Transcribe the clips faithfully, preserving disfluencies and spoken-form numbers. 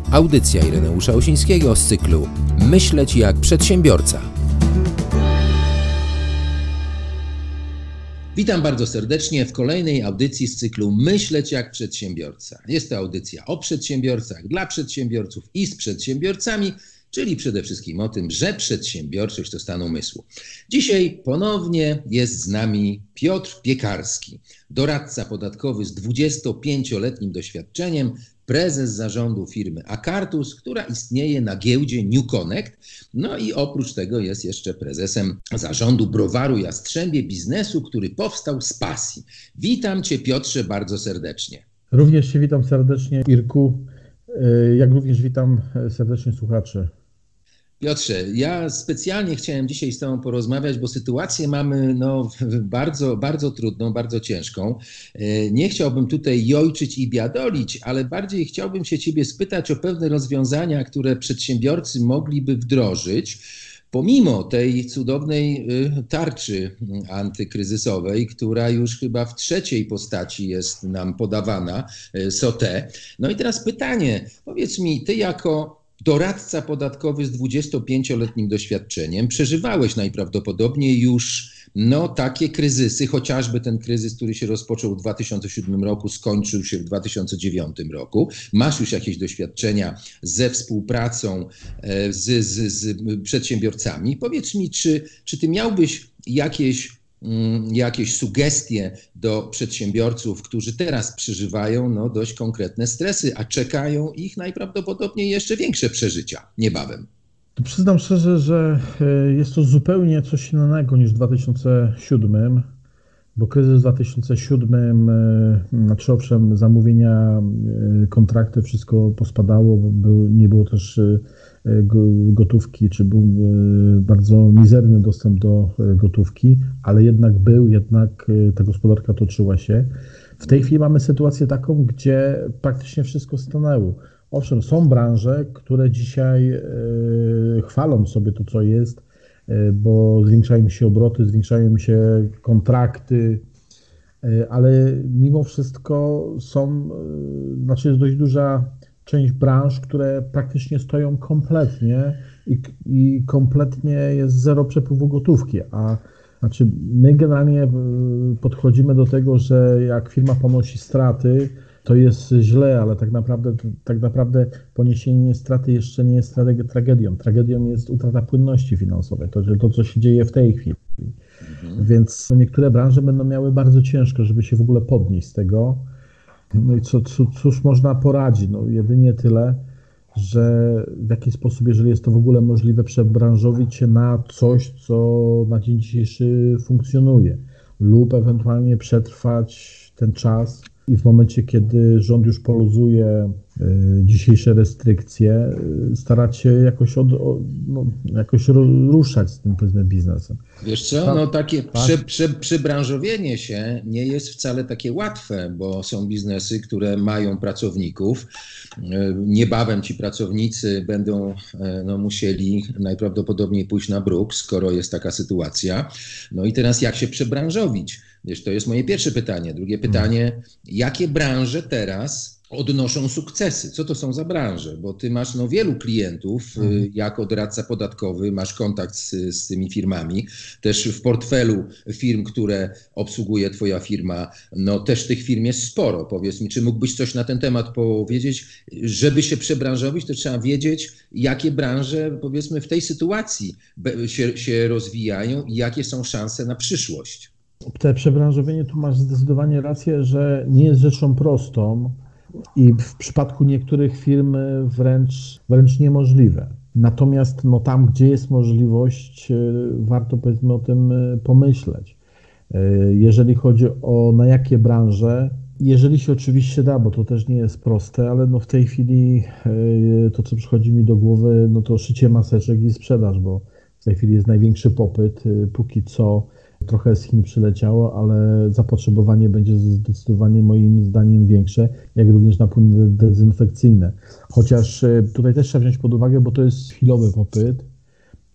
Audycja Ireneusza Osińskiego z cyklu Myśleć jak przedsiębiorca. Witam bardzo serdecznie w kolejnej audycji z cyklu Myśleć jak przedsiębiorca. Jest to audycja o przedsiębiorcach, dla przedsiębiorców i z przedsiębiorcami, czyli przede wszystkim o tym, że przedsiębiorczość to stan umysłu. Dzisiaj ponownie jest z nami Piotr Piekarski, doradca podatkowy z dwudziestopięcioletnim doświadczeniem, prezes zarządu firmy Acartus, która istnieje na giełdzie New Connect. No i oprócz tego jest jeszcze prezesem zarządu browaru Jastrzębie Biznesu, który powstał z pasji. Witam Cię, Piotrze, bardzo serdecznie. Również Cię witam serdecznie, Irku, jak również witam serdecznie słuchaczy. Piotrze, ja specjalnie chciałem dzisiaj z Tobą porozmawiać, bo sytuację mamy no, bardzo, bardzo trudną, bardzo ciężką. Nie chciałbym tutaj jojczyć i biadolić, ale bardziej chciałbym się Ciebie spytać o pewne rozwiązania, które przedsiębiorcy mogliby wdrożyć, pomimo tej cudownej tarczy antykryzysowej, która już chyba w trzeciej postaci jest nam podawana, S O T E. No i teraz pytanie, powiedz mi, Ty jako doradca podatkowy z dwudziestopięcioletnim doświadczeniem, przeżywałeś najprawdopodobniej już no, takie kryzysy, chociażby ten kryzys, który się rozpoczął w dwa tysiące siódmym roku, skończył się w dwa tysiące dziewiątym roku. Masz już jakieś doświadczenia ze współpracą z, z, z przedsiębiorcami. Powiedz mi, czy, czy ty miałbyś jakieś jakieś sugestie do przedsiębiorców, którzy teraz przeżywają no, dość konkretne stresy, a czekają ich najprawdopodobniej jeszcze większe przeżycia niebawem? Przyznam szczerze, że jest to zupełnie coś innego niż w dwa tysiące siódmym, bo kryzys w dwa tysiące siódmym, znaczy owszem, zamówienia, kontrakty, wszystko pospadało, był, nie było też gotówki, czy był bardzo mizerny dostęp do gotówki, ale jednak był, jednak ta gospodarka toczyła się. W tej chwili mamy sytuację taką, gdzie praktycznie wszystko stanęło. Owszem, są branże, które dzisiaj chwalą sobie to, co jest, bo zwiększają mi się obroty, zwiększają mi się kontrakty, ale mimo wszystko są, znaczy jest dość duża część branż, które praktycznie stoją kompletnie i, i kompletnie jest zero przepływu gotówki, a znaczy my generalnie podchodzimy do tego, że jak firma ponosi straty, to jest źle, ale tak naprawdę, tak naprawdę poniesienie straty jeszcze nie jest tragedią. Tragedią jest utrata płynności finansowej, to, to co się dzieje w tej chwili. Mhm. Więc niektóre branże będą miały bardzo ciężko, żeby się w ogóle podnieść z tego. No i co, co, cóż można poradzić? No jedynie tyle, że w jaki sposób, jeżeli jest to w ogóle możliwe, przebranżowić się na coś, co na dzień dzisiejszy funkcjonuje, lub ewentualnie przetrwać ten czas i w momencie, kiedy rząd już poluzuje y, dzisiejsze restrykcje, y, starać się jakoś, od, o, no, jakoś ruszać z tym, powiedzmy, biznesem. Wiesz co, no takie przy, przy, przybranżowienie się nie jest wcale takie łatwe, bo są biznesy, które mają pracowników. Niebawem ci pracownicy będą no, musieli najprawdopodobniej pójść na bruk, skoro jest taka sytuacja. No i teraz jak się przebranżowić? Wiesz, to jest moje pierwsze pytanie. Drugie pytanie, jakie branże teraz odnoszą sukcesy? Co to są za branże? Bo ty masz no, wielu klientów, mhm. jako doradca podatkowy, masz kontakt z, z tymi firmami. Też w portfelu firm, które obsługuje twoja firma, no też tych firm jest sporo. Powiedz mi, czy mógłbyś coś na ten temat powiedzieć? Żeby się przebranżowić, to trzeba wiedzieć, jakie branże, powiedzmy, w tej sytuacji się, się rozwijają i jakie są szanse na przyszłość. Te przebranżowienie, tu masz zdecydowanie rację, że nie jest rzeczą prostą i w przypadku niektórych firm wręcz, wręcz niemożliwe. Natomiast no, tam, gdzie jest możliwość, warto, powiedzmy, o tym pomyśleć. Jeżeli chodzi o na jakie branże, jeżeli się oczywiście da, bo to też nie jest proste, ale no w tej chwili to, co przychodzi mi do głowy, no to szycie maseczek i sprzedaż, bo w tej chwili jest największy popyt, póki co. Trochę z Chin przyleciało, ale zapotrzebowanie będzie zdecydowanie moim zdaniem większe, jak również na płyny dezynfekcyjne. Chociaż tutaj też trzeba wziąć pod uwagę, bo to jest chwilowy popyt.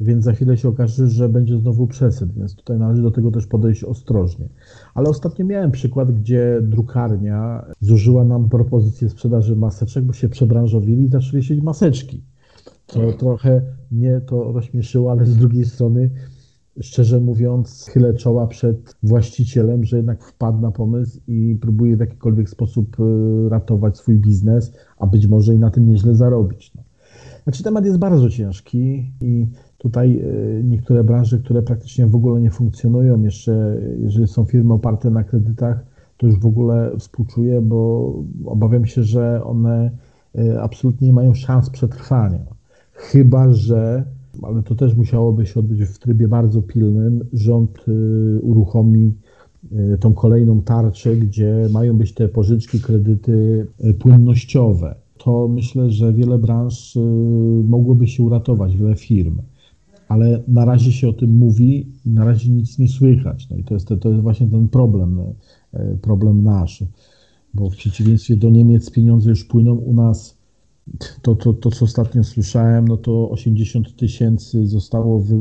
więc za chwilę się okaże, że będzie znowu przesyt, więc tutaj należy do tego też podejść ostrożnie. Ale ostatnio miałem przykład, gdzie drukarnia zużyła nam propozycję sprzedaży maseczek, bo się przebranżowili i zaczęli szyć maseczki. To trochę mnie to rozśmieszyło, ale z drugiej strony, szczerze mówiąc, chylę czoła przed właścicielem, że jednak wpadł na pomysł i próbuje w jakikolwiek sposób ratować swój biznes, a być może i na tym nieźle zarobić. No. Znaczy temat jest bardzo ciężki i tutaj niektóre branże, które praktycznie w ogóle nie funkcjonują, jeszcze jeżeli są firmy oparte na kredytach, to już w ogóle współczuję, bo obawiam się, że one absolutnie nie mają szans przetrwania. Chyba że, ale to też musiałoby się odbyć w trybie bardzo pilnym, rząd uruchomi tą kolejną tarczę, gdzie mają być te pożyczki, kredyty płynnościowe. To myślę, że wiele branż mogłoby się uratować, wiele firm. Ale na razie się o tym mówi i na razie nic nie słychać. No i to jest, to jest właśnie ten problem, problem nasz. Bo w przeciwieństwie do Niemiec pieniądze już płyną u nas. To, to, to co ostatnio słyszałem, no to osiemdziesiąt tysięcy zostało wy,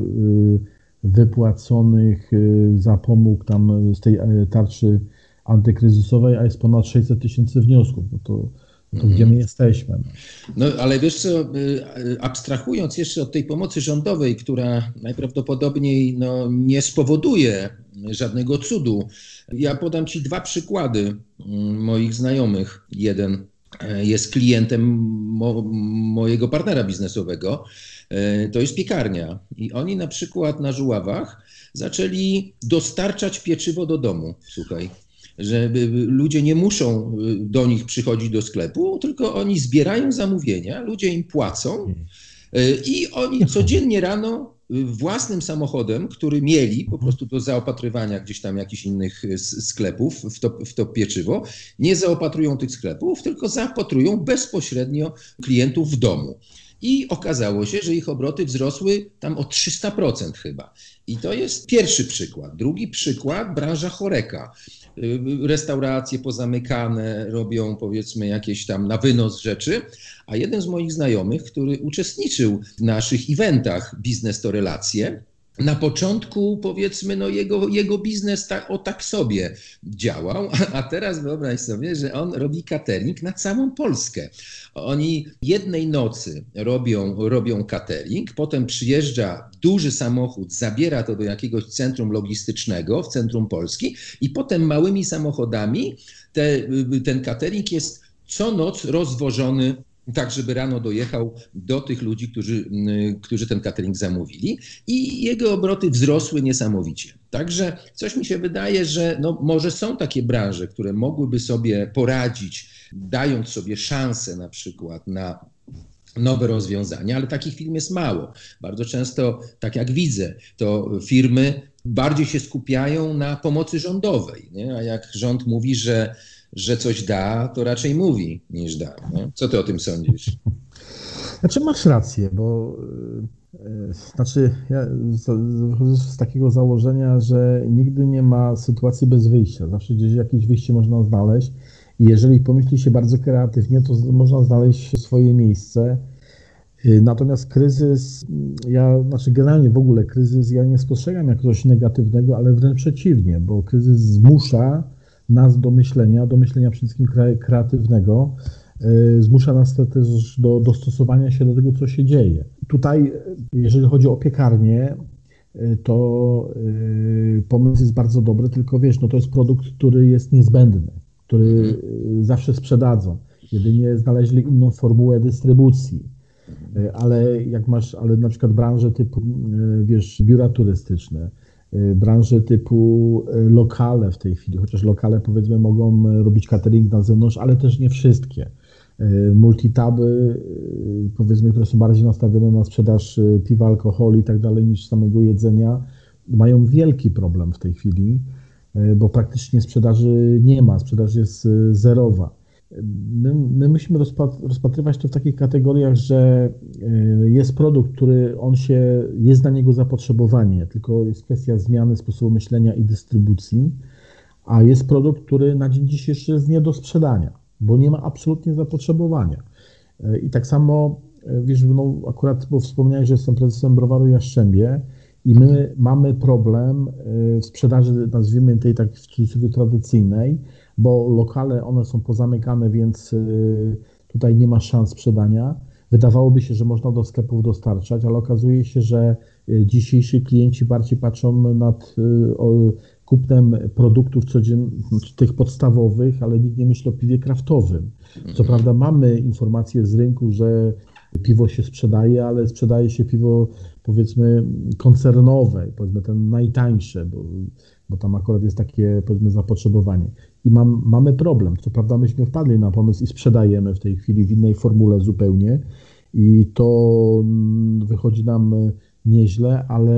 wypłaconych za pomóg tam z tej tarczy antykryzysowej, a jest ponad sześćset tysięcy wniosków. No to, to mm. gdzie my jesteśmy? No. no ale wiesz co, abstrahując jeszcze od tej pomocy rządowej, która najprawdopodobniej no, nie spowoduje żadnego cudu, ja podam Ci dwa przykłady moich znajomych. Jeden jest klientem mo, mojego partnera biznesowego, to jest piekarnia. I oni na przykład na Żuławach zaczęli dostarczać pieczywo do domu, słuchaj, że ludzie nie muszą do nich przychodzić do sklepu, tylko oni zbierają zamówienia, ludzie im płacą i oni codziennie rano własnym samochodem, który mieli po prostu do zaopatrywania gdzieś tam jakichś innych sklepów w to, w to pieczywo, nie zaopatrują tych sklepów, tylko zaopatrują bezpośrednio klientów w domu. I okazało się, że ich obroty wzrosły tam o trzysta procent chyba. I to jest pierwszy przykład. Drugi przykład, branża choreka. Restauracje pozamykane, robią powiedzmy jakieś tam na wynos rzeczy, a jeden z moich znajomych, który uczestniczył w naszych eventach Biznes to Relacje, na początku powiedzmy no jego, jego biznes tak, o tak sobie działał, a teraz wyobraź sobie, że on robi catering na całą Polskę. Oni jednej nocy robią, robią catering, potem przyjeżdża duży samochód, zabiera to do jakiegoś centrum logistycznego w centrum Polski i potem małymi samochodami te, ten catering jest co noc rozwożony tak, żeby rano dojechał do tych ludzi, którzy, którzy ten catering zamówili i jego obroty wzrosły niesamowicie. Także coś mi się wydaje, że no może są takie branże, które mogłyby sobie poradzić, dając sobie szansę na przykład na nowe rozwiązania, ale takich firm jest mało. Bardzo często, tak jak widzę, to firmy bardziej się skupiają na pomocy rządowej, nie? A jak rząd mówi, że że coś da, to raczej mówi niż da. Nie? Co ty o tym sądzisz? Znaczy masz rację, bo yy, znaczy ja wychodzę z takiego założenia, że nigdy nie ma sytuacji bez wyjścia. Zawsze gdzieś jakieś wyjście można znaleźć i jeżeli pomyśli się bardzo kreatywnie, to można znaleźć swoje miejsce. Yy, natomiast kryzys, ja, znaczy generalnie w ogóle kryzys ja nie spostrzegam jako coś negatywnego, ale wręcz przeciwnie, bo kryzys zmusza nas do myślenia, do myślenia przede wszystkim kreatywnego, zmusza nas też do dostosowania się do tego, co się dzieje. Tutaj, jeżeli chodzi o piekarnię, to pomysł jest bardzo dobry, tylko wiesz, no to jest produkt, który jest niezbędny, który zawsze sprzedadzą. Jedynie znaleźli inną formułę dystrybucji. Ale jak masz, ale na przykład branże typu, wiesz, biura turystyczne, branże typu lokale w tej chwili, chociaż lokale powiedzmy mogą robić catering na zewnątrz, ale też nie wszystkie. Multitaby powiedzmy, które są bardziej nastawione na sprzedaż piwa, alkoholu i tak dalej niż samego jedzenia, mają wielki problem w tej chwili, bo praktycznie sprzedaży nie ma, sprzedaż jest zerowa. My, my musimy rozpatrywać to w takich kategoriach, że jest produkt, który on się, jest na niego zapotrzebowanie, tylko jest kwestia zmiany sposobu myślenia i dystrybucji, a jest produkt, który na dzień dzisiejszy jest nie do sprzedania, bo nie ma absolutnie zapotrzebowania. I tak samo wiesz, no akurat, bo wspomniałeś, że jestem prezesem browaru Jastrzębie i my mamy problem w sprzedaży, nazwijmy tej tak w cudzysłowie tradycyjnej, bo lokale, one są pozamykane, więc tutaj nie ma szans sprzedania. Wydawałoby się, że można do sklepów dostarczać, ale okazuje się, że dzisiejsi klienci bardziej patrzą nad kupnem produktów codziennych, tych podstawowych, ale nikt nie myśli o piwie kraftowym. Co prawda mamy informacje z rynku, że piwo się sprzedaje, ale sprzedaje się piwo, powiedzmy, koncernowe, powiedzmy ten najtańsze, bo, bo tam akurat jest takie, powiedzmy, zapotrzebowanie. I mam, mamy problem. Co prawda myśmy wpadli na pomysł i sprzedajemy w tej chwili w innej formule zupełnie i to wychodzi nam nieźle, ale,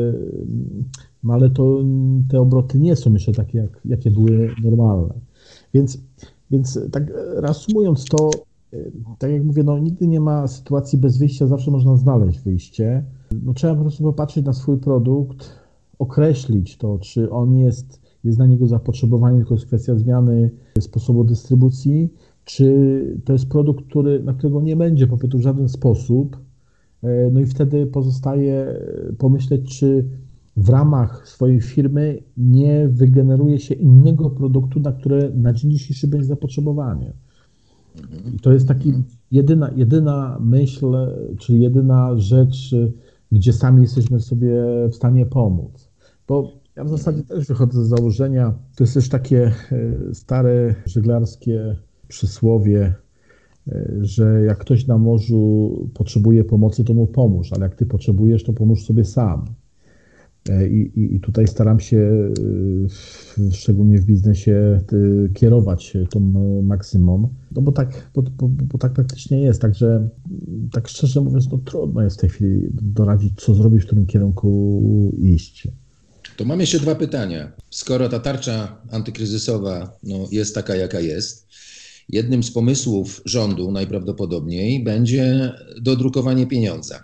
no ale to te obroty nie są jeszcze takie, jak, jakie były normalne. Więc, więc tak reasumując to, tak jak mówię, no nigdy nie ma sytuacji bez wyjścia, zawsze można znaleźć wyjście. No, trzeba po prostu popatrzeć na swój produkt, określić to, czy on jest, jest na niego zapotrzebowanie, tylko jest kwestia zmiany sposobu dystrybucji, czy to jest produkt, który, na którego nie będzie popytu w żaden sposób. No i wtedy pozostaje pomyśleć, czy w ramach swojej firmy nie wygeneruje się innego produktu, na które na dzień dzisiejszy będzie zapotrzebowanie. I to jest taki jedyna, jedyna myśl, czyli jedyna rzecz, gdzie sami jesteśmy sobie w stanie pomóc. Bo ja w zasadzie też wychodzę z założenia, to jest też takie stare żeglarskie przysłowie, że jak ktoś na morzu potrzebuje pomocy, to mu pomóż, ale jak ty potrzebujesz, to pomóż sobie sam. I, i, i tutaj staram się, szczególnie w biznesie, kierować tą maksymą, no bo tak, bo, bo, bo tak praktycznie jest. Także tak szczerze mówiąc, no trudno jest w tej chwili doradzić, co zrobić, w którym kierunku iść. To mam jeszcze dwa pytania. Skoro ta tarcza antykryzysowa no, jest taka, jaka jest, jednym z pomysłów rządu najprawdopodobniej będzie dodrukowanie pieniądza.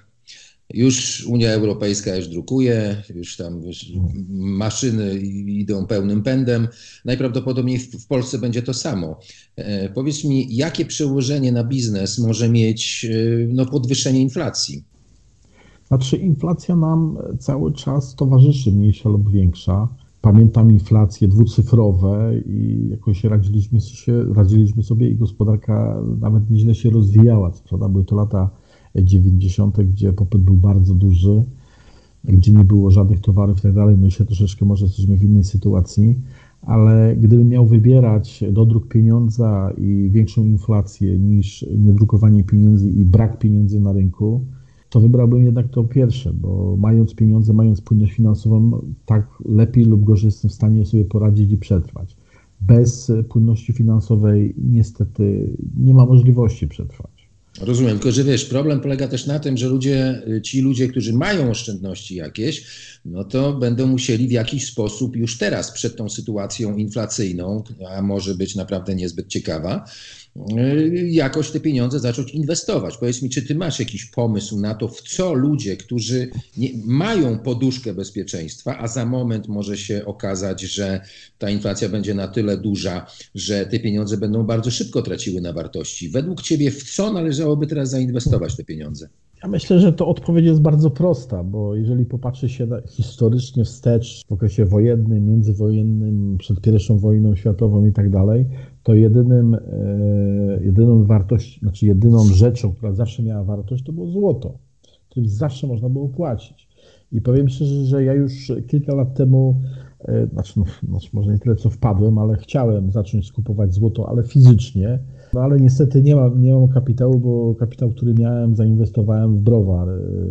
Już Unia Europejska już drukuje, już tam wiesz, maszyny idą pełnym pędem. Najprawdopodobniej w, w Polsce będzie to samo. E, powiedz mi, jakie przełożenie na biznes może mieć e, no, podwyższenie inflacji? Znaczy inflacja nam cały czas towarzyszy, mniejsza lub większa. Pamiętam inflacje dwucyfrowe i jakoś radziliśmy, się, radziliśmy sobie i gospodarka nawet nieźle się rozwijała. Co prawda były to lata dziewięćdziesiąte, gdzie popyt był bardzo duży, gdzie nie było żadnych towarów i tak dalej, no i się troszeczkę może jesteśmy w innej sytuacji, ale gdybym miał wybierać dodruk pieniądza i większą inflację niż niedrukowanie pieniędzy i brak pieniędzy na rynku, to wybrałbym jednak to pierwsze, bo mając pieniądze, mając płynność finansową, tak lepiej lub gorzej jestem w stanie sobie poradzić i przetrwać. Bez płynności finansowej niestety nie ma możliwości przetrwać. Rozumiem, tylko że wiesz, problem polega też na tym, że ludzie, ci ludzie, którzy mają oszczędności jakieś, no to będą musieli w jakiś sposób już teraz przed tą sytuacją inflacyjną, a może być naprawdę niezbyt ciekawa, jakoś te pieniądze zacząć inwestować. Powiedz mi, czy ty masz jakiś pomysł na to, w co ludzie, którzy nie, mają poduszkę bezpieczeństwa, a za moment może się okazać, że ta inflacja będzie na tyle duża, że te pieniądze będą bardzo szybko traciły na wartości. Według ciebie w co należałoby teraz zainwestować te pieniądze? Ja myślę, że to odpowiedź jest bardzo prosta, bo jeżeli popatrzy się historycznie wstecz w okresie wojennym, międzywojennym, przed pierwszą wojną światową i tak dalej, to jedynym, jedyną wartość, znaczy jedyną rzeczą, która zawsze miała wartość, to było złoto, którym zawsze można było płacić. I powiem szczerze, że ja już kilka lat temu, znaczy, no, znaczy może nie tyle co wpadłem, ale chciałem zacząć skupować złoto, ale fizycznie. No ale niestety nie mam, nie mam kapitału, bo kapitał, który miałem, zainwestowałem w browar.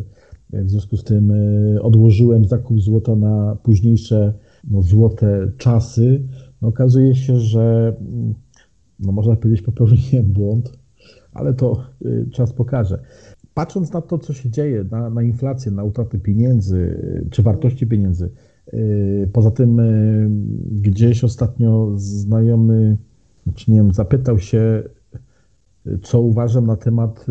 W związku z tym odłożyłem zakup złota na późniejsze no, złote czasy. No, okazuje się, że no, można powiedzieć, popełniłem błąd, ale to y, czas pokaże. Patrząc na to, co się dzieje, na, na inflację, na utratę pieniędzy, czy wartości pieniędzy, y, poza tym y, gdzieś ostatnio znajomy, znaczy nie wiem, zapytał się, co uważam na temat,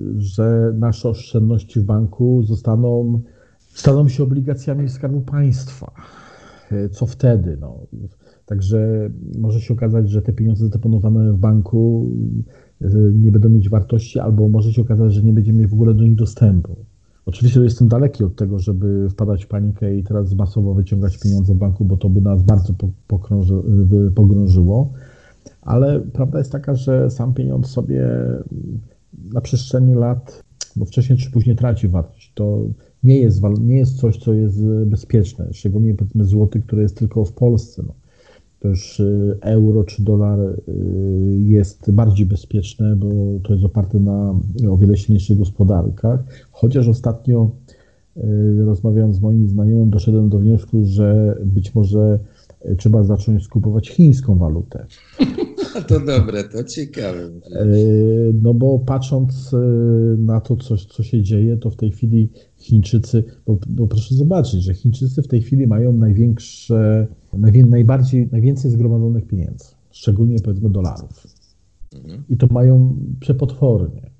że nasze oszczędności w banku zostaną, staną się obligacjami Skarbu Państwa. Co wtedy? No. Także może się okazać, że te pieniądze zdeponowane w banku nie będą mieć wartości, albo może się okazać, że nie będziemy mieć w ogóle do nich dostępu. Oczywiście jestem daleki od tego, żeby wpadać w panikę i teraz masowo wyciągać pieniądze w banku, bo to by nas bardzo pokrąży, pogrążyło, ale prawda jest taka, że sam pieniądz sobie na przestrzeni lat, bo wcześniej czy później traci wartość. To nie jest, nie jest coś, co jest bezpieczne, szczególnie powiedzmy złoty, który jest tylko w Polsce. No. To już euro czy dolar jest bardziej bezpieczne, bo to jest oparte na o wiele silniejszych gospodarkach. Chociaż ostatnio rozmawiając z moim znajomym, doszedłem do wniosku, że być może trzeba zacząć skupować chińską walutę. To dobre, to ciekawe. No bo patrząc na to, co, co się dzieje, to w tej chwili Chińczycy, bo, bo proszę zobaczyć, że Chińczycy w tej chwili mają największe, najwię, najbardziej, najwięcej zgromadzonych pieniędzy, szczególnie powiedzmy dolarów. Mhm. I to mają przepotwornie.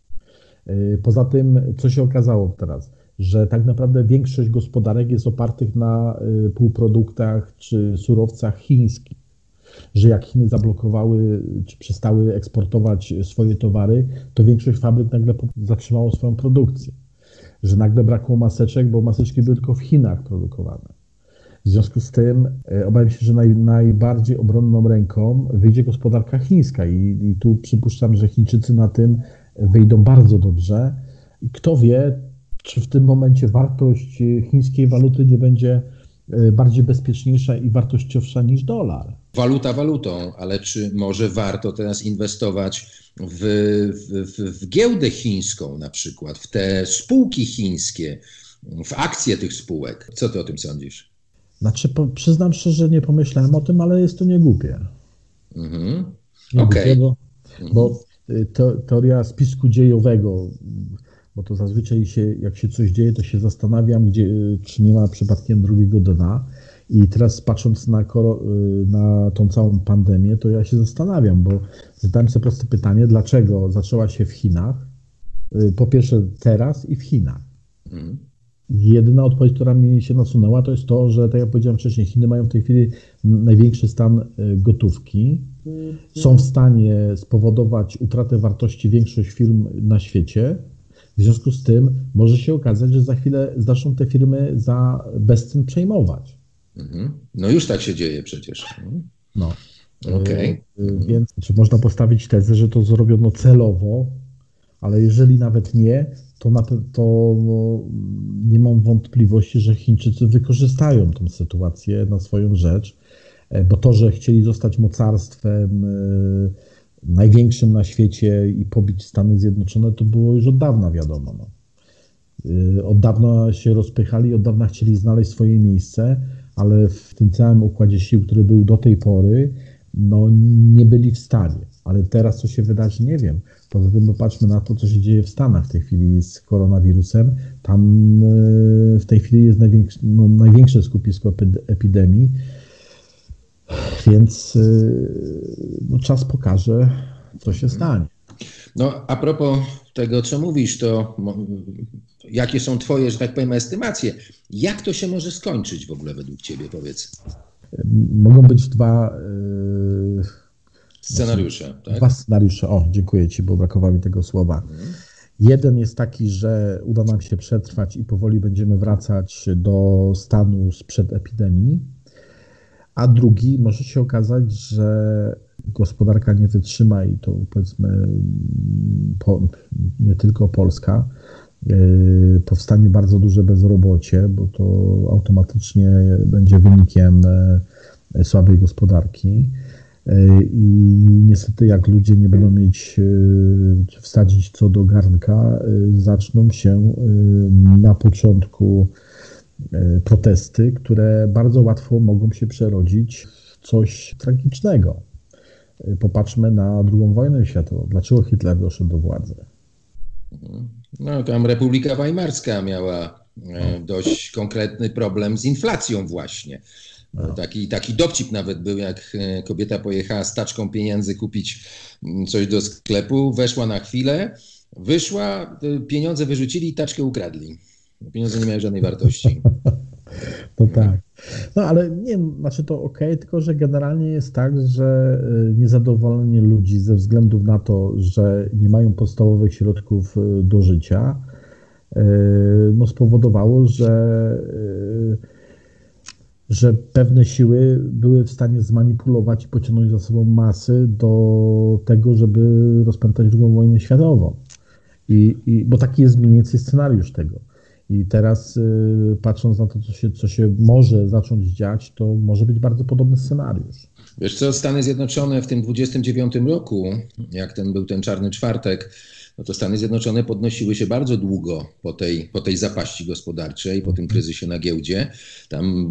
Poza tym, co się okazało teraz, że tak naprawdę większość gospodarek jest opartych na półproduktach czy surowcach chińskich. Że jak Chiny zablokowały czy przestały eksportować swoje towary, to większość fabryk nagle zatrzymało swoją produkcję. Że nagle brakło maseczek, bo maseczki były tylko w Chinach produkowane. W związku z tym obawiam się, że naj, najbardziej obronną ręką wyjdzie gospodarka chińska i, i tu przypuszczam, że Chińczycy na tym wyjdą bardzo dobrze. I kto wie, czy w tym momencie wartość chińskiej waluty nie będzie bardziej bezpieczniejsza i wartościowsza niż dolar. Waluta walutą, ale czy może warto teraz inwestować w, w, w giełdę chińską na przykład, w te spółki chińskie, w akcje tych spółek? Co ty o tym sądzisz? Znaczy, po, przyznam szczerze, nie pomyślałem o tym, ale jest to niegłupie. Mhm. Nie Okej. Głupie, bo, bo to, teoria spisku dziejowego, bo to zazwyczaj się, jak się coś dzieje, to się zastanawiam, gdzie, czy nie ma przypadkiem drugiego dna. I teraz patrząc na, na tą całą pandemię, to ja się zastanawiam, bo zadałem sobie proste pytanie, dlaczego zaczęła się w Chinach, po pierwsze teraz i w Chinach. Mm. Jedyna odpowiedź, która mi się nasunęła, to jest to, że tak jak powiedziałem wcześniej, Chiny mają w tej chwili największy stan gotówki, mm. są w stanie spowodować utratę wartości większość firm na świecie. W związku z tym może się okazać, że za chwilę zaczną te firmy za bezcen przejmować. No już tak się dzieje przecież. No. Okay. Więc czy można postawić tezę, że to zrobiono celowo, ale jeżeli nawet nie, to, na, to no, nie mam wątpliwości, że Chińczycy wykorzystają tę sytuację na swoją rzecz, bo to, że chcieli zostać mocarstwem największym na świecie i pobić Stany Zjednoczone, to było już od dawna wiadomo. No. Od dawna się rozpychali, od dawna chcieli znaleźć swoje miejsce, ale w tym całym układzie sił, który był do tej pory, no nie byli w stanie. Ale teraz co się wydarzy, nie wiem. Poza tym popatrzmy na to, co się dzieje w Stanach w tej chwili z koronawirusem. Tam w tej chwili jest największe, no, największe skupisko epidemii, więc no, czas pokaże, co się stanie. No a propos tego, co mówisz, to jakie są twoje, że tak powiem, estymacje? Jak to się może skończyć w ogóle według ciebie, powiedz? Mogą być dwa yy, scenariusze. Tak? Dwa scenariusze. O, dziękuję ci, bo brakowało mi tego słowa. Mhm. Jeden jest taki, że uda nam się przetrwać i powoli będziemy wracać do stanu sprzed epidemii, a drugi może się okazać, że gospodarka nie wytrzyma i to powiedzmy po, nie tylko Polska, yy, powstanie bardzo duże bezrobocie, bo to automatycznie będzie wynikiem yy, słabej gospodarki yy, i niestety jak ludzie nie będą mieć yy, wsadzić co do garnka, yy, zaczną się yy, na początku yy, protesty, które bardzo łatwo mogą się przerodzić w coś tragicznego. Popatrzmy na drugą wojnę światową. Dlaczego Hitler doszedł do władzy? No tam Republika Weimarska miała no. dość konkretny problem z inflacją właśnie. No. Taki, taki dowcip nawet był, jak kobieta pojechała z taczką pieniędzy kupić coś do sklepu, weszła na chwilę, wyszła, pieniądze wyrzucili i taczkę ukradli. Pieniądze nie miały żadnej wartości. No tak. No ale nie, znaczy to okej, okay, tylko że generalnie jest tak, że niezadowolenie ludzi ze względu na to, że nie mają podstawowych środków do życia, no spowodowało, że, że pewne siły były w stanie zmanipulować i pociągnąć za sobą masy do tego, żeby rozpętać drugą wojnę światową. I, i, bo taki jest mniej więcej scenariusz tego. I teraz y, patrząc na to, co się, co się może zacząć dziać, to może być bardzo podobny scenariusz. Wiesz co, Stany Zjednoczone w tym dwudziestym dziewiątym roku, jak ten był ten czarny czwartek, no to Stany Zjednoczone podnosiły się bardzo długo po tej, po tej zapaści gospodarczej, po tym kryzysie na giełdzie. Tam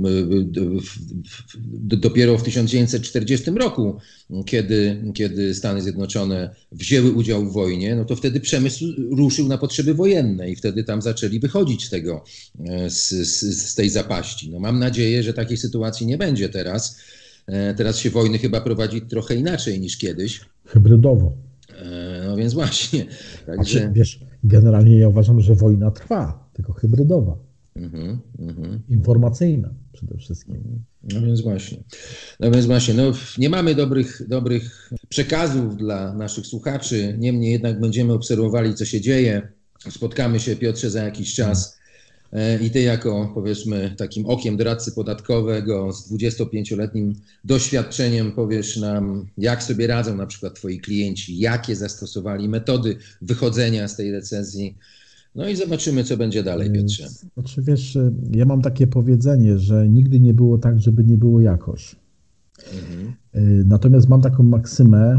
dopiero w tysiąc dziewięćset czterdziestym roku, kiedy, kiedy Stany Zjednoczone wzięły udział w wojnie, no to wtedy przemysł ruszył na potrzeby wojenne i wtedy tam zaczęli wychodzić z tego, z, z, z tej zapaści. No mam nadzieję, że takiej sytuacji nie będzie teraz. Teraz się wojny chyba prowadzi trochę inaczej niż kiedyś. Hybrydowo. No więc właśnie. Także... Znaczy, wiesz, generalnie ja uważam, że wojna trwa, tylko hybrydowa. Mm-hmm, mm-hmm. Informacyjna przede wszystkim. No więc właśnie. No więc właśnie, no nie mamy dobrych, dobrych przekazów dla naszych słuchaczy, niemniej jednak będziemy obserwowali, co się dzieje. Spotkamy się, Piotrze, za jakiś czas. I ty jako, powiedzmy, takim okiem doradcy podatkowego z dwudziestopięcioletnim doświadczeniem powiesz nam, jak sobie radzą na przykład twoi klienci, jakie zastosowali metody wychodzenia z tej recesji. No i zobaczymy, co będzie dalej, Piotrze. Znaczy, wiesz, ja mam takie powiedzenie, że nigdy nie było tak, żeby nie było jakoś. Mhm. Natomiast mam taką maksymę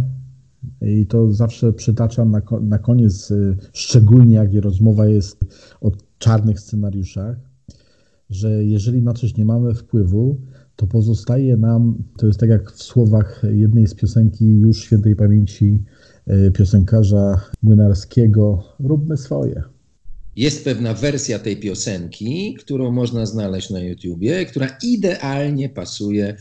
i to zawsze przytaczam na, na koniec, szczególnie jak rozmowa jest o czarnych scenariuszach, że jeżeli na coś nie mamy wpływu, to pozostaje nam, to jest tak jak w słowach jednej z piosenki już świętej pamięci piosenkarza Młynarskiego, róbmy swoje. Jest pewna wersja tej piosenki, którą można znaleźć na YouTubie, która idealnie pasuje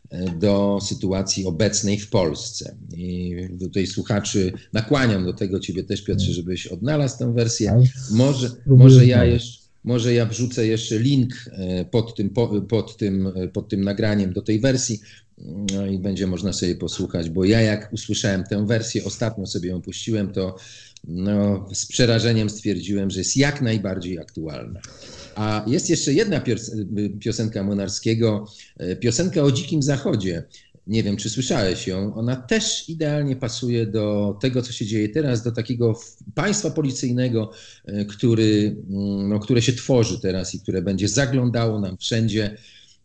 do sytuacji obecnej w Polsce. I tutaj słuchaczy nakłaniam do tego, ciebie też, Piotrze, żebyś odnalazł tę wersję. Może, może, ja, jeszcze, może ja wrzucę jeszcze link pod tym, pod, tym, pod tym nagraniem do tej wersji, no i będzie można sobie posłuchać, bo ja jak usłyszałem tę wersję, ostatnio sobie ją puściłem, to no, z przerażeniem stwierdziłem, że jest jak najbardziej aktualna. A jest jeszcze jedna piosenka Młynarskiego, piosenka o Dzikim Zachodzie. Nie wiem, czy słyszałeś ją. Ona też idealnie pasuje do tego, co się dzieje teraz, do takiego państwa policyjnego, który, no, które się tworzy teraz i które będzie zaglądało nam wszędzie.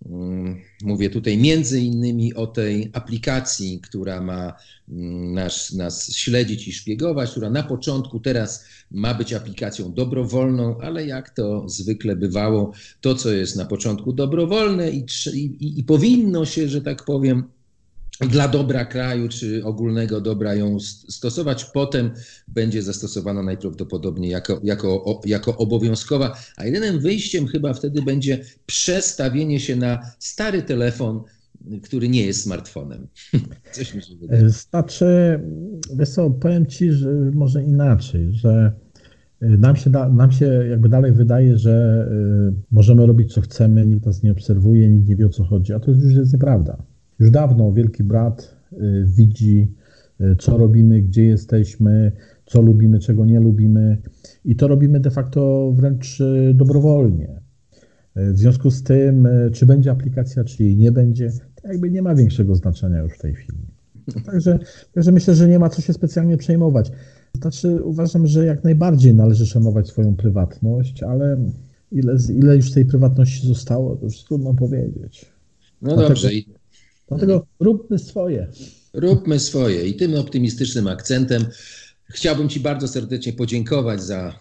Mówię tutaj między innymi o tej aplikacji, która ma nas, nas śledzić i szpiegować, która na początku teraz ma być aplikacją dobrowolną, ale jak to zwykle bywało, to co jest na początku dobrowolne i, i, i powinno się, że tak powiem, dla dobra kraju czy ogólnego dobra ją stosować, potem będzie zastosowana najprawdopodobniej jako, jako, jako obowiązkowa, a jedynym wyjściem chyba wtedy będzie przestawienie się na stary telefon, który nie jest smartfonem. Coś mi się wydaje. Znaczy, wiesz co, powiem ci, że może inaczej, że nam się, da, nam się jakby dalej wydaje, że możemy robić co chcemy, nikt nas nie obserwuje, nikt nie wie, o co chodzi, a to już jest nieprawda. Już dawno Wielki Brat y, widzi, y, co robimy, gdzie jesteśmy, co lubimy, czego nie lubimy i to robimy de facto wręcz y, dobrowolnie. Y, w związku z tym, y, czy będzie aplikacja, czy jej nie będzie, to jakby nie ma większego znaczenia już w tej chwili. Także, także myślę, że nie ma co się specjalnie przejmować. Znaczy uważam, że jak najbardziej należy szanować swoją prywatność, ale ile, ile już tej prywatności zostało, to już trudno powiedzieć. No Dlatego... dobrze. Dlatego róbmy swoje. Róbmy swoje i tym optymistycznym akcentem chciałbym Ci bardzo serdecznie podziękować za,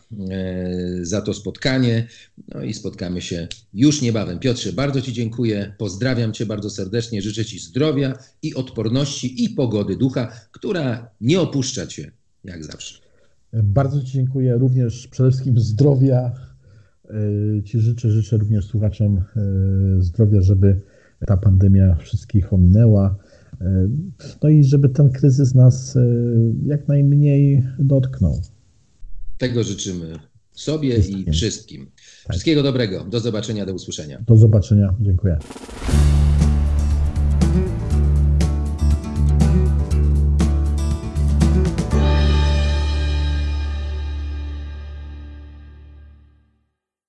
za to spotkanie. No i spotkamy się już niebawem. Piotrze, bardzo Ci dziękuję, pozdrawiam Cię bardzo serdecznie, życzę Ci zdrowia i odporności i pogody ducha, która nie opuszcza Cię jak zawsze. Bardzo Ci dziękuję, również przede wszystkim zdrowia. Ci życzę, życzę również słuchaczom zdrowia, żeby ta pandemia wszystkich ominęła, no i żeby ten kryzys nas jak najmniej dotknął. Tego życzymy sobie wszystkim. i wszystkim. Tak. Wszystkiego dobrego. Do zobaczenia, do usłyszenia. Do zobaczenia. Dziękuję.